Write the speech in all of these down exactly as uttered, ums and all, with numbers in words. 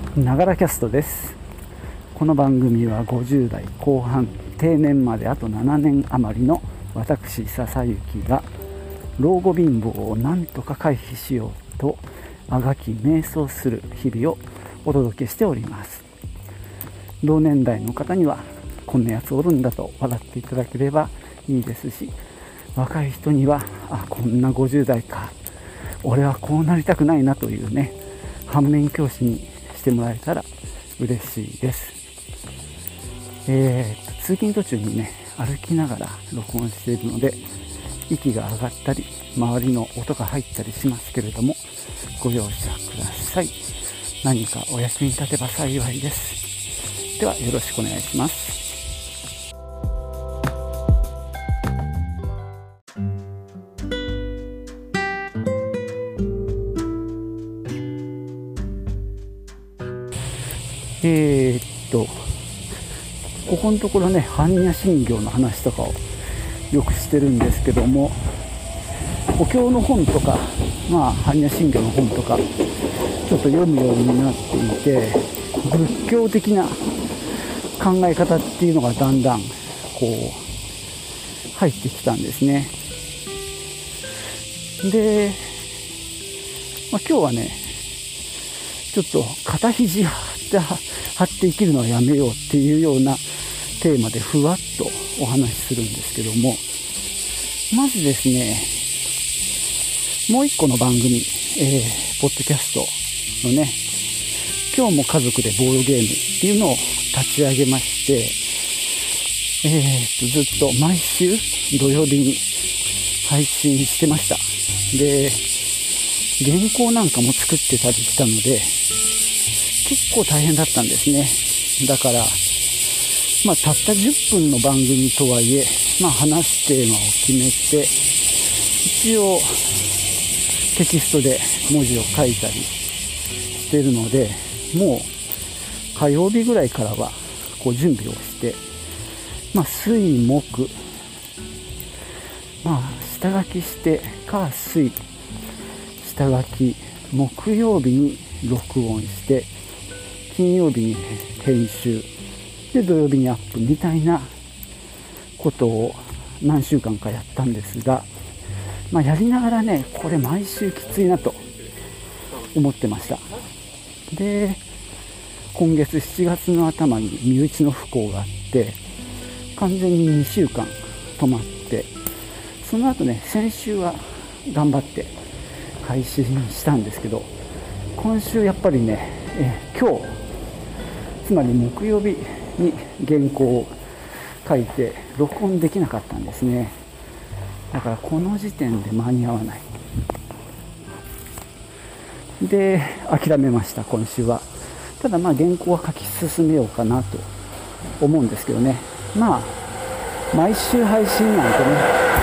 ながらキャストです。この番組はごじゅう代後半、定年まであとななねん余りの私笹雪が老後貧乏をなんとか回避しようとあがき瞑想する日々をお届けしております。同年代の方にはこんなやつおるんだと笑っていただければいいですし、若い人にはあこんなごじゅう代か、俺はこうなりたくないなというね、反面教師にしてもらえたら嬉しいです。えー、と通勤途中にね歩きながら録音しているので息が上がったり周りの音が入ったりしますけれどもご容赦ください。何かお役に立てば幸いです。ではよろしくお願いします。えー、っとここのところね般若心経の話とかをよくしてるんですけども、お経の本とか、まあ般若心経の本とかちょっと読むようになっていて、仏教的な考え方っていうのがだんだんこう入ってきたんですね。で、まあ、今日はねちょっと肩肘張って張って生きるのはやめようっていうようなテーマでふわっとお話しするんですけども、まずですね、もう一個の番組、えー、ポッドキャストのね、今日も家族でボードゲームっていうのを立ち上げまして、えー、とずっと毎週土曜日に配信してました。で、原稿なんかも作ってたりしたので結構大変だったんですね。だからまあたったじゅっぷんの番組とはいえ、まあ話すテーマを決めて一応テキストで文字を書いたりしてるので、もう火曜日ぐらいからはこう準備をして、まあ水木、まあ下書きして火水下書き、木曜日に録音して金曜日に編集で土曜日にアップみたいなことを何週間かやったんですが、まあ、やりながらねこれ毎週きついなと思ってました。で、今月しちがつの頭に身内の不幸があって完全ににしゅうかん止まって、その後ね先週は頑張って配信したんですけど、今週やっぱりねえ今日つまり木曜日に原稿を書いて録音できなかったんですね。だからこの時点で間に合わないで諦めました。今週はただまあ原稿は書き進めようかなと思うんですけどね。まあ毎週配信なんてね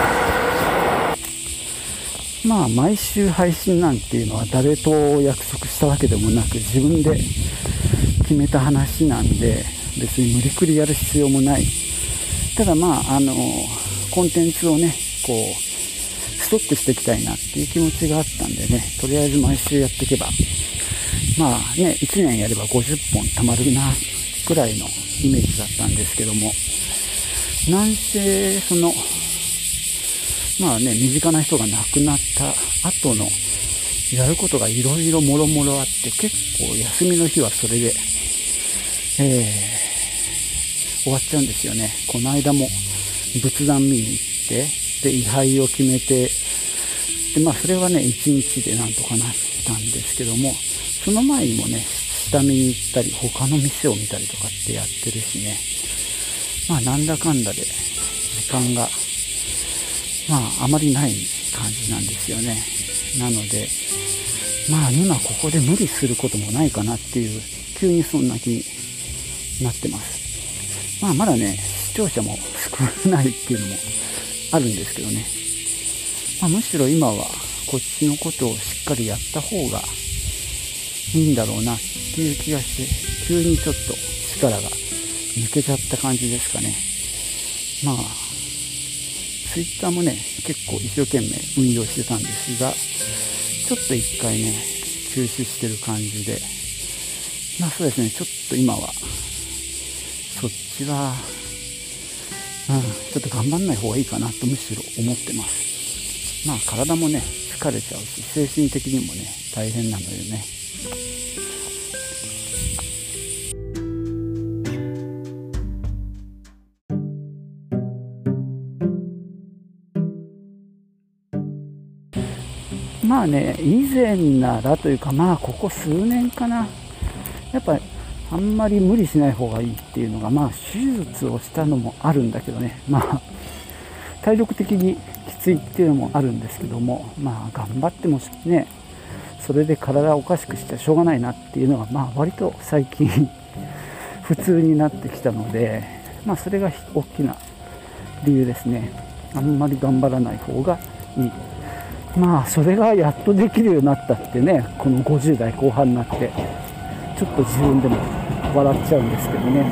まあ毎週配信なんていうのは誰と約束したわけでもなく自分で決めた話なんで別に無理くりやる必要もない。ただまああのコンテンツをねこうストックしていきたいなっていう気持ちがあったんでね、とりあえず毎週やっていけばまあねいちねんやればごじゅっぽんたまるなくらいのイメージだったんですけども、なんせそのまあね身近な人が亡くなった後のやることがいろいろもろもろあって結構休みの日はそれでえー、終わっちゃうんですよね。この間も仏壇見に行ってで位牌を決めてで、まあ、それはねいちにちでなんとかなったんですけども、その前にもね下見に行ったり他の店を見たりとかってやってるしね、まあなんだかんだで時間がまああまりない感じなんですよね。なのでまあ今ここで無理することもないかなっていう急にそんな気になってます。まあまだね視聴者も少ないっていうのもあるんですけどね、まあ、むしろ今はこっちのことをしっかりやった方がいいんだろうなっていう気がして急にちょっと力が抜けちゃった感じですかね。まあツイッターもね結構一生懸命運用してたんですがちょっと一回ね休止してる感じで、 まあそうですね、ちょっと今はそっちは、うん、ちょっと頑張んない方がいいかなとむしろ思ってます。まあ体もね疲れちゃうし、精神的にもね大変なのよね。まあね、以前ならというか、まあここ数年かな、やっぱりあんまり無理しない方がいいっていうのが、まあ手術をしたのもあるんだけどね、まあ体力的にきついっていうのもあるんですけども、まあ頑張ってもね、それで体をおかしくしちゃしょうがないなっていうのが、まあ割と最近普通になってきたので、まあそれが大きな理由ですね。あんまり頑張らない方がいい。まあそれがやっとできるようになったってね、このごじゅう代後半になってちょっと自分でも笑っちゃうんですけどね。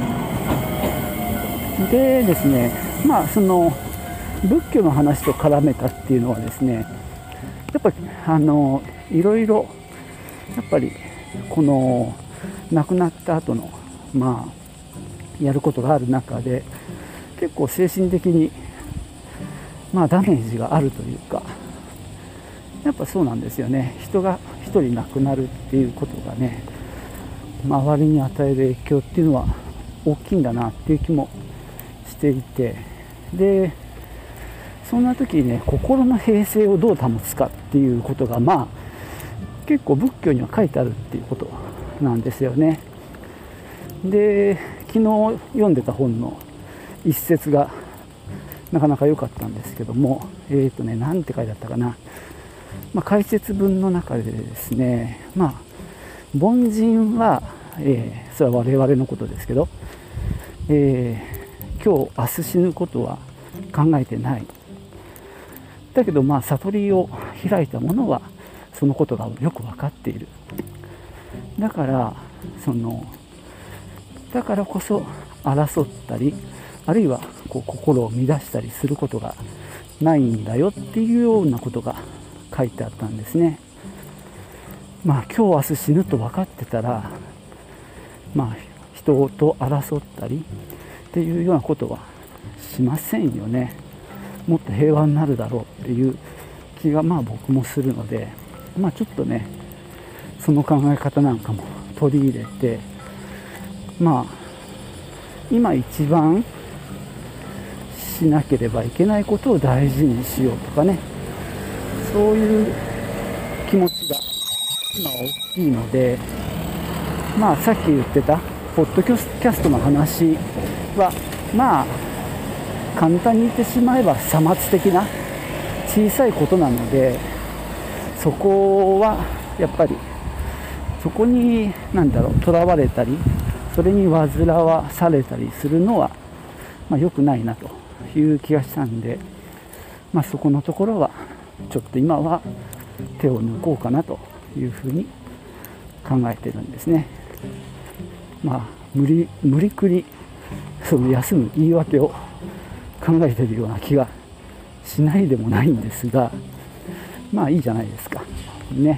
でですね、まあその仏教の話と絡めたっていうのはですね、やっぱりあのいろいろやっぱりこの亡くなった後のまあやることがある中で、結構精神的にまあダメージがあるというか、やっぱそうなんですよね。人が一人亡くなるっていうことがね、周りに与える影響っていうのは大きいんだなっていう気もしていて、でそんな時にね、心の平静をどう保つかっていうことが、まあ結構仏教には書いてあるっていうことなんですよね。で昨日読んでた本の一節がなかなか良かったんですけども、えっとねなんて書いてあったかな、まあ、解説文の中でですね、まあ凡人は、えー、それは我々のことですけど、えー、今日明日死ぬことは考えてない。だけどまあ悟りを開いた者はそのことがよく分かっている。だからそのだからこそ争ったり、あるいはこう心を乱したりすることがないんだよっていうようなことが書いてあったんですね。まあ今日明日死ぬと分かってたら、まあ人と争ったりっていうようなことはしませんよね。もっと平和になるだろうっていう気がまあ僕もするので、まあちょっとねその考え方なんかも取り入れて、まあ今一番しなければいけないことを大事にしようとかね、そういう気持ちが今大きいので、まあさっき言ってたポッドキャストの話はまあ簡単に言ってしまえばさまつ的な小さいことなので、そこはやっぱりそこに何だろう、とらわれたりそれに煩わされたりするのは、まあ、良くないなという気がしたんで、まあ、そこのところはちょっと今は手を抜こうかなというふうに考えてるんですね。まあ無理無理くりその休む言い訳を考えているような気がしないでもないんですが、まあいいじゃないですかね。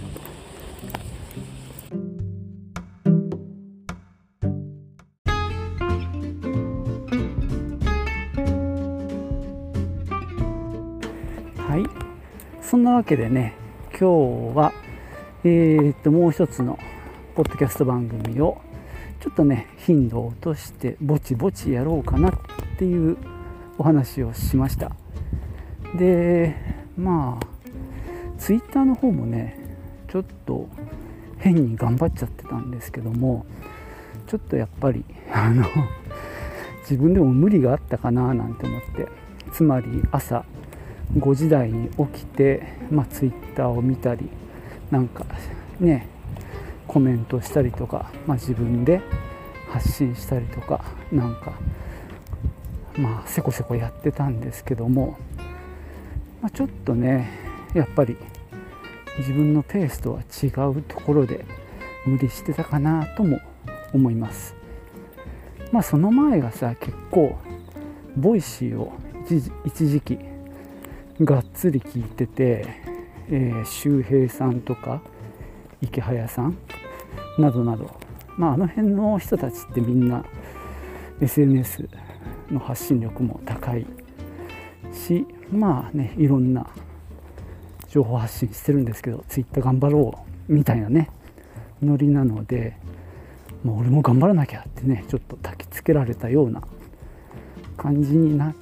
はい、そんなわけでね、今日はえー、っともう一つのポッドキャスト番組をちょっとね頻度を落としてぼちぼちやろうかなっていうお話をしました。でまあツイッターの方もねちょっと変に頑張っちゃってたんですけども、ちょっとやっぱりあの自分でも無理があったかななんて思って、つまり朝ごじ台に起きて、まあ、ツイッターを見たりなんかねコメントしたりとか、まあ、自分で発信したりとかなんかまあせこせこやってたんですけども、まあ、ちょっとねやっぱり自分のペースとは違うところで無理してたかなとも思います。まあその前がさ結構ボイシーを一, 一時期がっつり聞いてて、えー、周平さんとか池早さんなどなどまあ、あの辺の人たちってみんな エスエヌエス の発信力も高いし、まあね、いろんな情報発信してるんですけど、ツイッター頑張ろうみたいなねノリなので、まあ、俺も頑張らなきゃってね、ちょっと焚きつけられたような感じになって、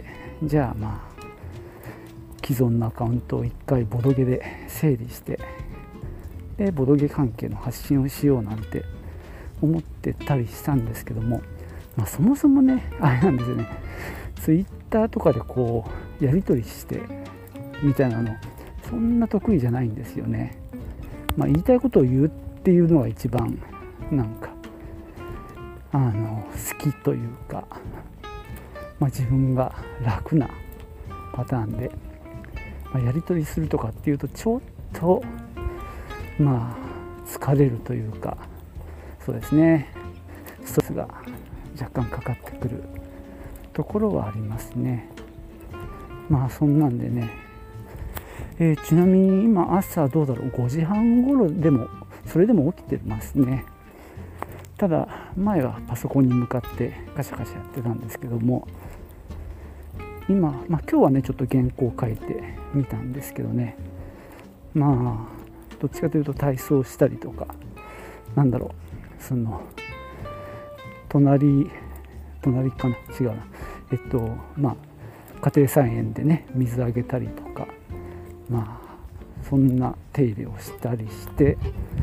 じゃあまあ既存のアカウントを一回ボドゲで整理して、でボドゲ関係の発信をしようなんて思ってたりしたんですけども、まあ、そもそもねあれなんですよね、ツイッターとかでこうやり取りしてみたいなのそんな得意じゃないんですよね。まあ、言いたいことを言うっていうのが一番なんかあの好きというか、まあ、自分が楽なパターンで、まあ、やり取りするとかっていうとちょっとまあ疲れるというか、そうですね、ストレスが若干かかってくるところはありますね。まあそんなんでね、えー、ちなみに今朝どうだろう、ごじはん頃でもそれでも起きてますね。ただ前はパソコンに向かってカシャカシャやってたんですけども、今、まあ、今日はねちょっと原稿を書いてみたんですけどね、まあどっちかというと体操したりとか、なんだろう、その隣隣かな違うなえっとまあ家庭菜園でね水あげたりとか、まあそんな手入れをしたりして、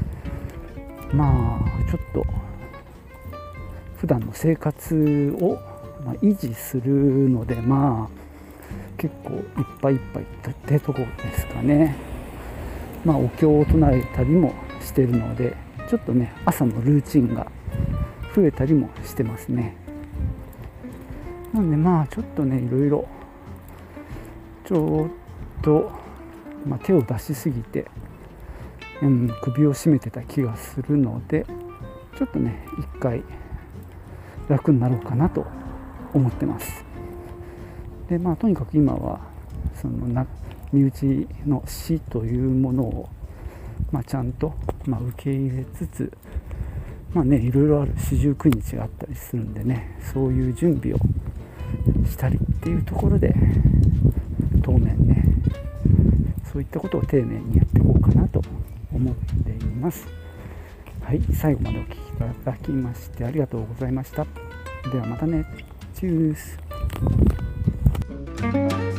まあちょっと普段の生活をまあ維持するので、まあ結構いっぱいいっぱいってとこですかね。まあお経を唱えたりもしてるので、ちょっとね朝のルーチンが増えたりもしてますね。なのでまあちょっとねいろいろちょっと、まあ、手を出しすぎて、うん、首を絞めてた気がするので、ちょっとね一回楽になろうかなと思ってます。でまあとにかく今はそのな身内の死というものを、まあ、ちゃんと、まあ、受け入れつつ、まあねいろいろある四十九日があったりするんでね、そういう準備をしたりっていうところで当面ねそういったことを丁寧にやっていこうかなと思っています。はい、最後までお聞きいただきましてありがとうございました。ではまたね。チュース。